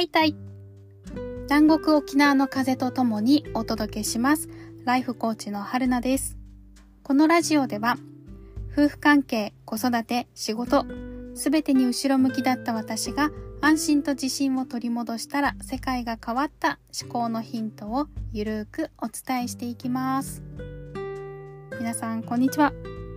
はいたい。南国沖縄の風とともにお届けします。ライフコーチの春菜です。このラジオでは、夫婦関係、子育て、仕事、すべてに後ろ向きだった私が安心と自信を取り戻したら世界が変わった思考のヒントをゆるくお伝えしていきます。皆さん、こんにちは。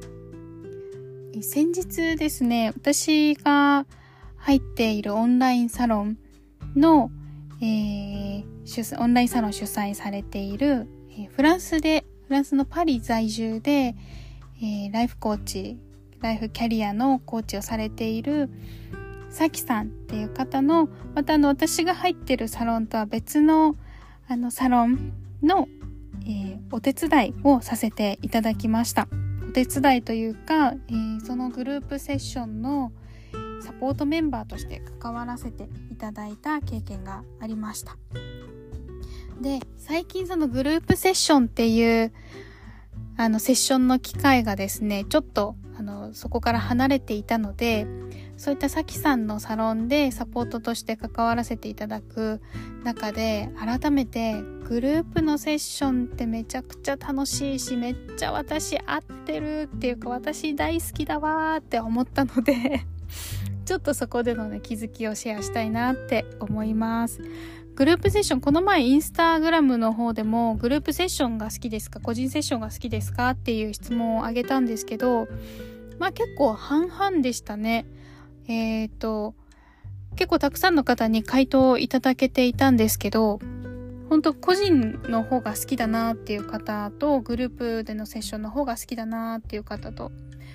先日ですね、私が入っているオンラインサロンの、オンラインサロン主催されている、フランスのパリ在住で、ライフコーチ、ライフキャリアのコーチをされているさきさんっていう方の、また私が入っているサロンとは別のサロンの、お手伝いをさせていただきました。お手伝いというか、そのグループセッションのサポートメンバーとして関わらせていただいた経験がありました。で、最近そのグループセッションっていうセッションの機会がですね、ちょっとそこから離れていたので、そういったさきさんのサロンでサポートとして関わらせていただく中で、改めてグループのセッションってめちゃくちゃ楽しいし、めっちゃ私合ってるっていうか、私大好きだわーって思ったのでちょっとそこでのね、気づきをシェアしたいなって思います。グループセッション、この前インスタグラムの方でもグループセッションが好きですか、個人セッションが好きですかっていう質問をあげたんですけど、結構半々でしたね。結構たくさんの方に回答をいただけていたんですけど、本当個人の方が好きだなっていう方と、グループでのセッションの方が好きだなっていう方と、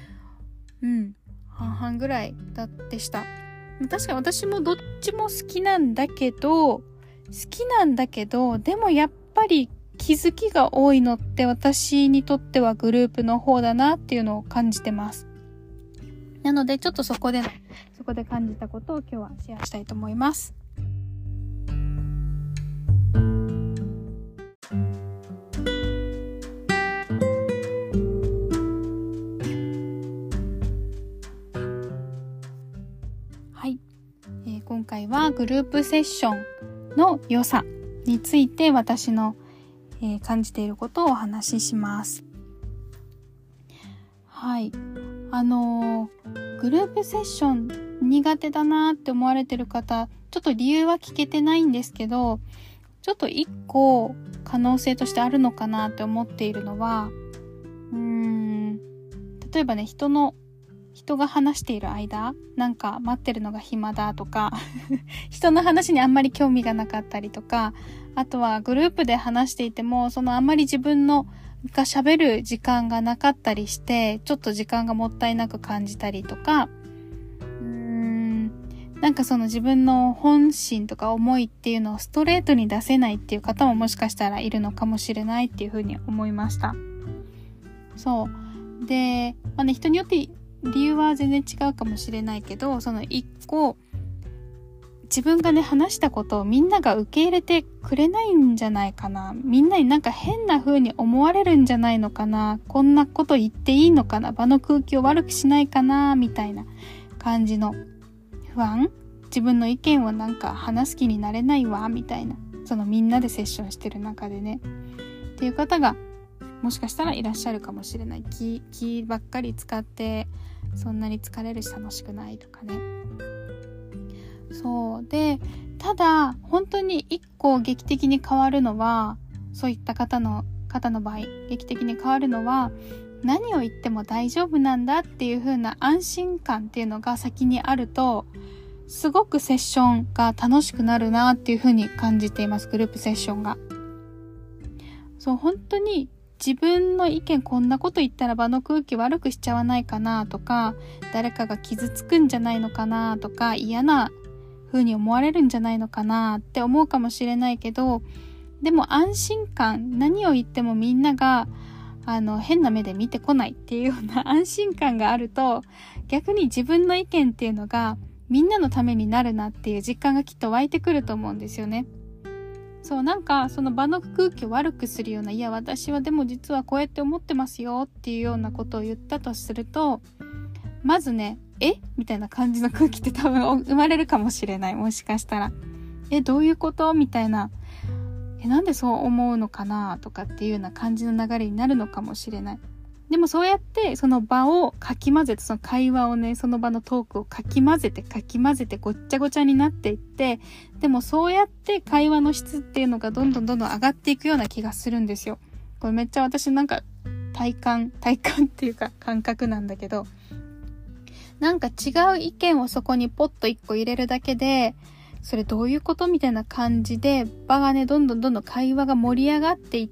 半々ぐらいでした。確かに私もどっちも好きなんだけど、でもやっぱり気づきが多いのって私にとってはグループの方だなっていうのを感じてます。なのでちょっとそこで感じたことを今日はシェアしたいと思います。はい、今回はグループセッションの良さについて私の、感じていることをお話しします。はい。グループセッション苦手だなって思われてる方、ちょっと理由は聞けてないんですけど、ちょっと一個可能性としてあるのかなって思っているのは、例えばね、人が話している間、なんか待ってるのが暇だとか人の話にあんまり興味がなかったりとか、あとはグループで話していてもあんまり自分が喋る時間がなかったりして、ちょっと時間がもったいなく感じたりとか、なんかその自分の本心とか思いっていうのをストレートに出せないっていう方ももしかしたらいるのかもしれないっていうふうに思いました。そうで、人によって理由は全然違うかもしれないけど、その一個自分がね、話したことをみんなが受け入れてくれないんじゃないかな、みんなになんか変な風に思われるんじゃないのかな、こんなこと言っていいのかな、場の空気を悪くしないかなみたいな感じの不安、自分の意見をなんか話す気になれないわみたいな、そのみんなでセッションしてる中でねっていう方がもしかしたらいらっしゃるかもしれない。気ばっかり使ってそんなに疲れるし楽しくないとかね。そうで、ただ本当に一個劇的に変わるのは、そういった方の場合劇的に変わるのは、何を言っても大丈夫なんだっていう風な安心感っていうのが先にあると、すごくセッションが楽しくなるなっていう風に感じています。グループセッションが。そう、本当に自分の意見、こんなこと言ったら場の空気悪くしちゃわないかなとか、誰かが傷つくんじゃないのかなとか、嫌な風に思われるんじゃないのかなって思うかもしれないけど、でも安心感、何を言ってもみんなが変な目で見てこないっていうような安心感があると、逆に自分の意見っていうのがみんなのためになるなっていう実感がきっと湧いてくると思うんですよね。そう、なんかその場の空気を悪くするような、いや私はでも実はこうやって思ってますよっていうようなことを言ったとすると、まずね、みたいな感じの空気って多分生まれるかもしれない。もしかしたらどういうことみたいな、なんでそう思うのかなとかっていうような感じの流れになるのかもしれない。でもそうやってその場をかき混ぜて、その会話をね、その場のトークをかき混ぜてごっちゃごちゃになっていって、でもそうやって会話の質っていうのがどんどん上がっていくような気がするんですよ。これめっちゃ私なんか体感っていうか感覚なんだけど、なんか違う意見をそこにポッと一個入れるだけで、それどういうことみたいな感じで場がね、どんどん会話が盛り上がっていって、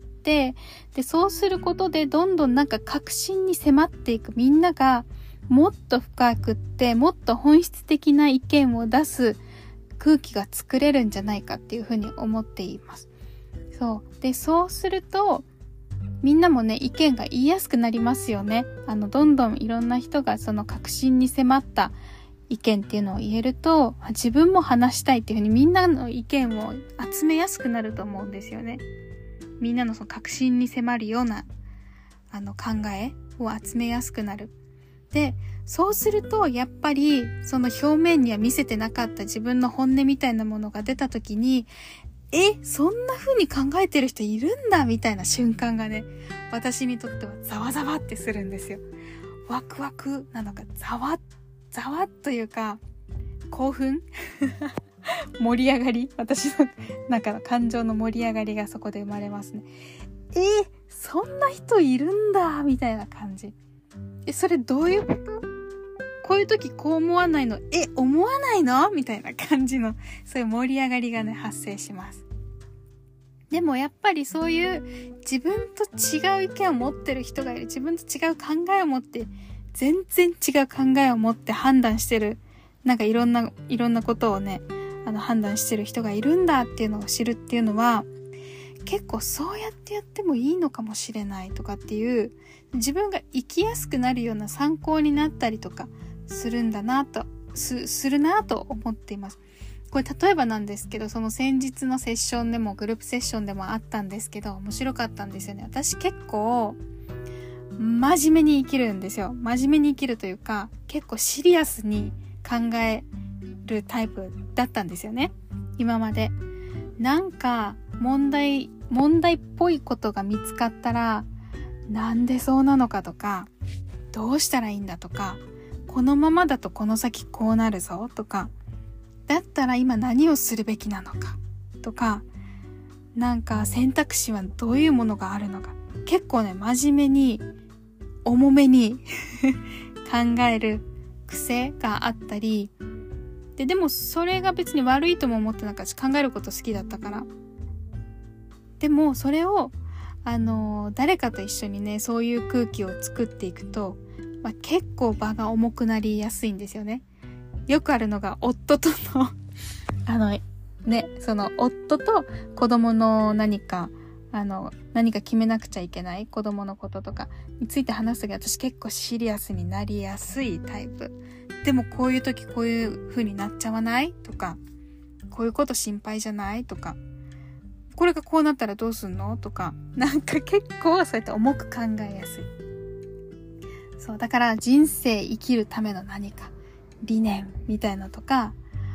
でそうすることでどんどんなんか確信に迫っていく、みんながもっと深くってもっと本質的な意見を出す空気が作れるんじゃないかっていうふうに思っています。そうするとみんなもね、意見が言いやすくなりますよね。どんどんいろんな人がその確信に迫った意見っていうのを言えると、自分も話したいっていうふうにみんなの意見を集めやすくなると思うんですよね。みんなのその確信に迫るような考えを集めやすくなる。で、そうするとやっぱりその表面には見せてなかった自分の本音みたいなものが出た時に、そんな風に考えてる人いるんだみたいな瞬間がね、私にとってはざわざわってするんですよ。ワクワクなのか、ざわというか興奮盛り上がり、私の中の感情の盛り上がりがそこで生まれますね。そんな人いるんだみたいな感じ。それどういうこと？こういう時こう思わないの？思わないの？みたいな感じの、そういう盛り上がりがね、発生します。でもやっぱりそういう自分と違う意見を持ってる人がいる、自分と違う考えを持って、全然違う考えを持って判断してる、なんかいろんなことをね、判断してる人がいるんだっていうのを知るっていうのは、結構そうやってやってもいいのかもしれないとかっていう、自分が生きやすくなるような参考になったりとかするんだなと、するなと思っています。これ例えばなんですけど、その先日のセッションでもグループセッションでもあったんですけど、面白かったんですよね。私結構真面目に生きるんですよ。真面目に生きるというか、結構シリアスに考えるタイプだったんですよね、今まで。なんか問題っぽいことが見つかったら、なんでそうなのかとか、どうしたらいいんだとか、このままだとこの先こうなるぞとか、だったら今何をするべきなのかとか、なんか選択肢はどういうものがあるのか、結構ね、真面目に重めに考える癖があったりでもそれが別に悪いとも思ってなかったし、考えること好きだったから。でもそれを誰かと一緒にね、そういう空気を作っていくと、結構場が重くなりやすいんですよね。よくあるのが夫とのその夫と子供の何か決めなくちゃいけない子供のこととかについて話すとき、私結構シリアスになりやすいタイプ。でもこういう時こういう風になっちゃわないとか、こういうこと心配じゃないとか、これがこうなったらどうすんのとか、なんか結構そうやって重く考えやすい。そう、だから人生生きるための何か理念みたいなとか、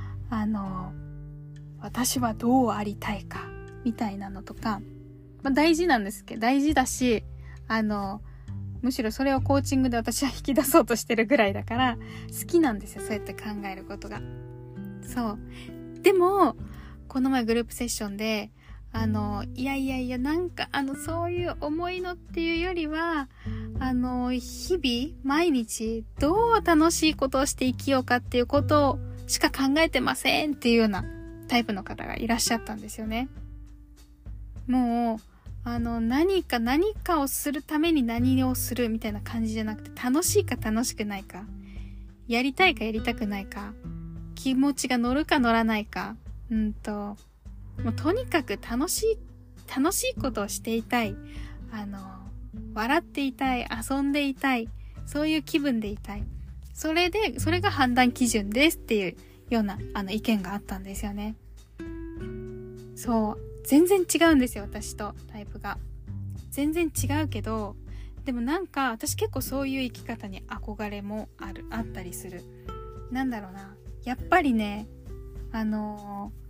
私はどうありたいかみたいなのとか、大事なんですけど、大事だし、むしろそれをコーチングで私は引き出そうとしてるぐらいだから好きなんですよ、そうやって考えることが。そう。でもこの前グループセッションでいやなんかそういう思いのっていうよりは日々毎日どう楽しいことをして生きようかっていうことしか考えてませんっていうようなタイプの方がいらっしゃったんですよね。もう何かをするために何をするみたいな感じじゃなくて、楽しいか楽しくないか、やりたいかやりたくないか、気持ちが乗るか乗らないか、もうとにかく楽しいことをしていたい、笑っていたい、遊んでいたい、そういう気分でいたい、それが判断基準ですっていうような意見があったんですよね。そう、全然違うんですよ、私とタイプが。全然違うけど、でもなんか私結構そういう生き方に憧れもあったりする。なんだろうな、やっぱりね、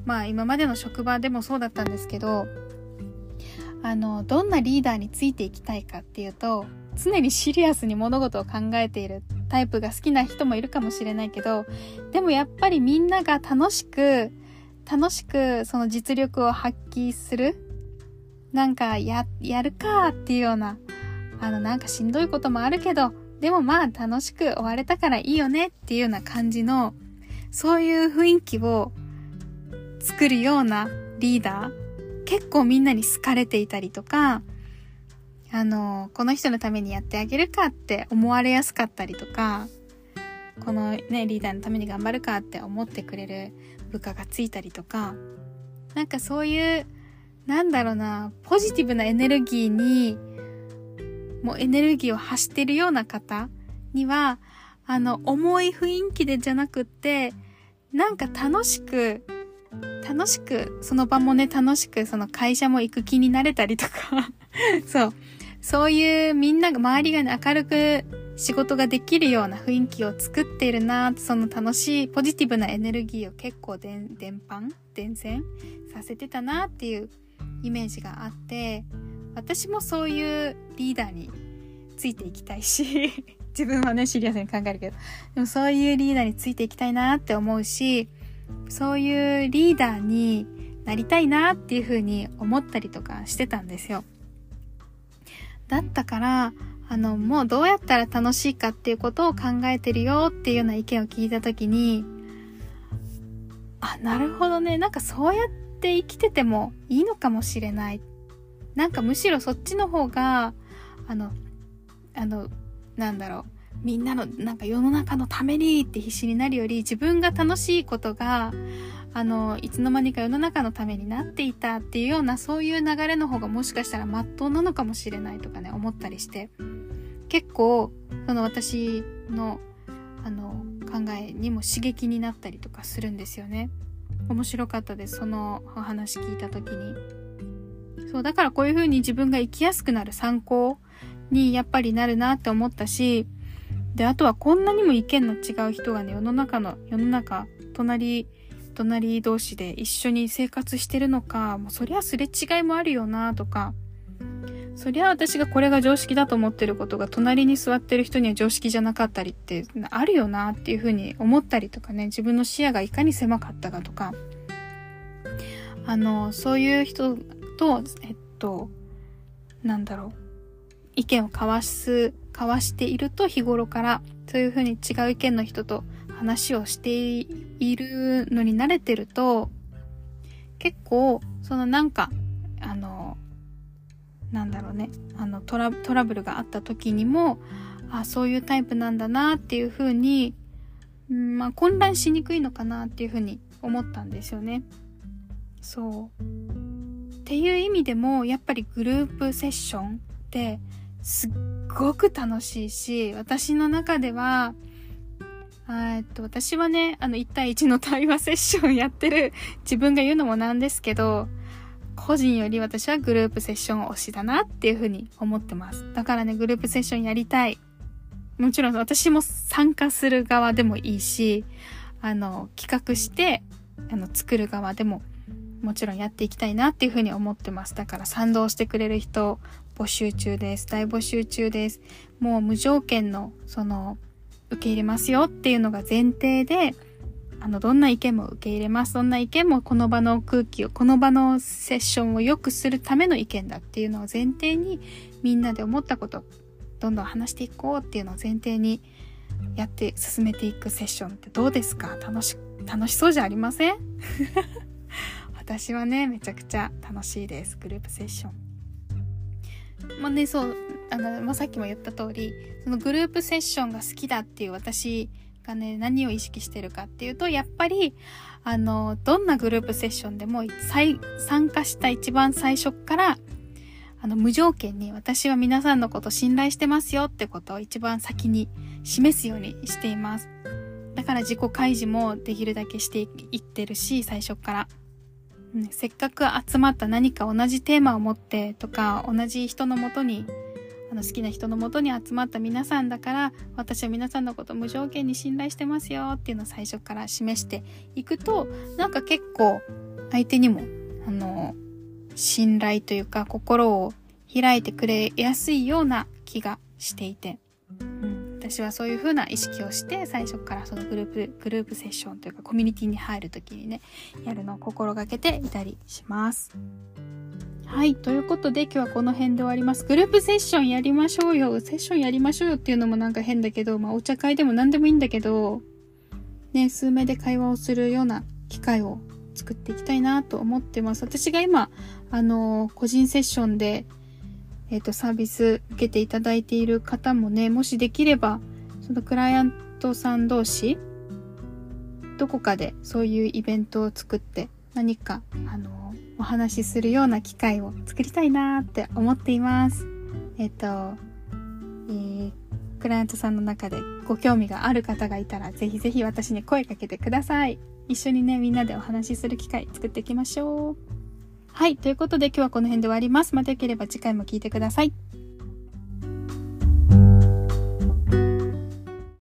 今までの職場でもそうだったんですけど、どんなリーダーについていきたいかっていうと、常にシリアスに物事を考えているタイプが好きな人もいるかもしれないけど、でもやっぱりみんなが楽しくその実力を発揮する、なんかやるかっていうような、なんかしんどいこともあるけど、でも楽しく終われたからいいよねっていうような感じの、そういう雰囲気を作るようなリーダー、結構みんなに好かれていたりとか、この人のためにやってあげるかって思われやすかったりとか、このね、リーダーのために頑張るかって思ってくれる部下がついたりとか、なんかそういう、ポジティブなエネルギーに、もうエネルギーを発しているような方には、重い雰囲気でじゃなくって、なんか楽しく、その場もね、楽しく、その会社も行く気になれたりとか、そういうみんなが、周りがね、明るく仕事ができるような雰囲気を作っているな、その楽しい、ポジティブなエネルギーを結構伝染させてたなっていうイメージがあって、私もそういうリーダーについていきたいし、自分はね、シリアスに考えるけど、でもそういうリーダーについていきたいなって思うし、そういうリーダーになりたいなっていうふうに思ったりとかしてたんですよ。だったから、もうどうやったら楽しいかっていうことを考えてるよっていうような意見を聞いたときに、なるほどね、なんかそうやって生きててもいいのかもしれない。なんかむしろそっちの方が、みんなのなんか世の中のためにって必死になるより、自分が楽しいことがいつの間にか世の中のためになっていたっていうような、そういう流れの方がもしかしたら真っ当なのかもしれないとかね、思ったりして、結構その私の考えにも刺激になったりとかするんですよね。面白かったです、そのお話聞いた時に。そうだからこういう風に自分が生きやすくなる参考にやっぱりなるなって思ったし、であとはこんなにも意見の違う人がね、世の中隣同士で一緒に生活してるのか、もうそりゃすれ違いもあるよなとか、そりゃ私がこれが常識だと思ってることが隣に座ってる人には常識じゃなかったりってあるよなっていう風に思ったりとかね、自分の視野がいかに狭かったかとか、そういう人と意見を交わしていると、日頃からそういう風に違う意見の人と話をしているのに慣れてると、結構そのトラブルがあった時にも、そういうタイプなんだなっていう風に、混乱しにくいのかなっていう風に思ったんですよね。そうっていう意味でも、やっぱりグループセッションってすっごく楽しいし、私の中では私はね、1対1の対話セッションやってる自分が言うのもなんですけど、個人より私はグループセッション推しだなっていうふうに思ってます。だからね、グループセッションやりたい。もちろん私も参加する側でもいいし、企画して作る側でももちろんやっていきたいなっていうふうに思ってます。だから賛同してくれる人募集中です。大募集中です。もう無条件の受け入れますよっていうのが前提で、どんな意見も受け入れます。どんな意見もこの場の空気を、この場のセッションを良くするための意見だっていうのを前提に、みんなで思ったことどんどん話していこうっていうのを前提にやって進めていくセッションってどうですか？楽しそうじゃありません？私はね、めちゃくちゃ楽しいです、グループセッション。さっきも言った通り、そのグループセッションが好きだっていう私がね、何を意識してるかっていうと、やっぱりどんなグループセッションでも参加した一番最初から無条件に私は皆さんのこと信頼してますよってことを一番先に示すようにしています。だから自己開示もできるだけしていってるし、最初から。せっかく集まった何か同じテーマを持ってとか、同じ人のもとに好きな人のもとに集まった皆さんだから、私は皆さんのこと無条件に信頼してますよっていうのを最初から示していくと、なんか結構相手にも、信頼というか心を開いてくれやすいような気がしていて、私はそういう風な意識をして最初からそのグループセッションというかコミュニティに入るときにね、やるのを心がけていたりします。はい。ということで今日はこの辺で終わります。グループセッションやりましょうよ。セッションやりましょうよっていうのもなんか変だけど、お茶会でも何でもいいんだけど、ね、数名で会話をするような機会を作っていきたいなと思ってます。私が今、個人セッションで、サービス受けていただいている方もね、もしできれば、そのクライアントさん同士、どこかでそういうイベントを作って、何か、お話しするような機会を作りたいなって思っています。クライアントさんの中でご興味がある方がいたら、ぜひぜひ私に声かけてください。一緒にね、みんなでお話しする機会作っていきましょう。はい、ということで今日はこの辺で終わります。またよければ次回も聞いてください。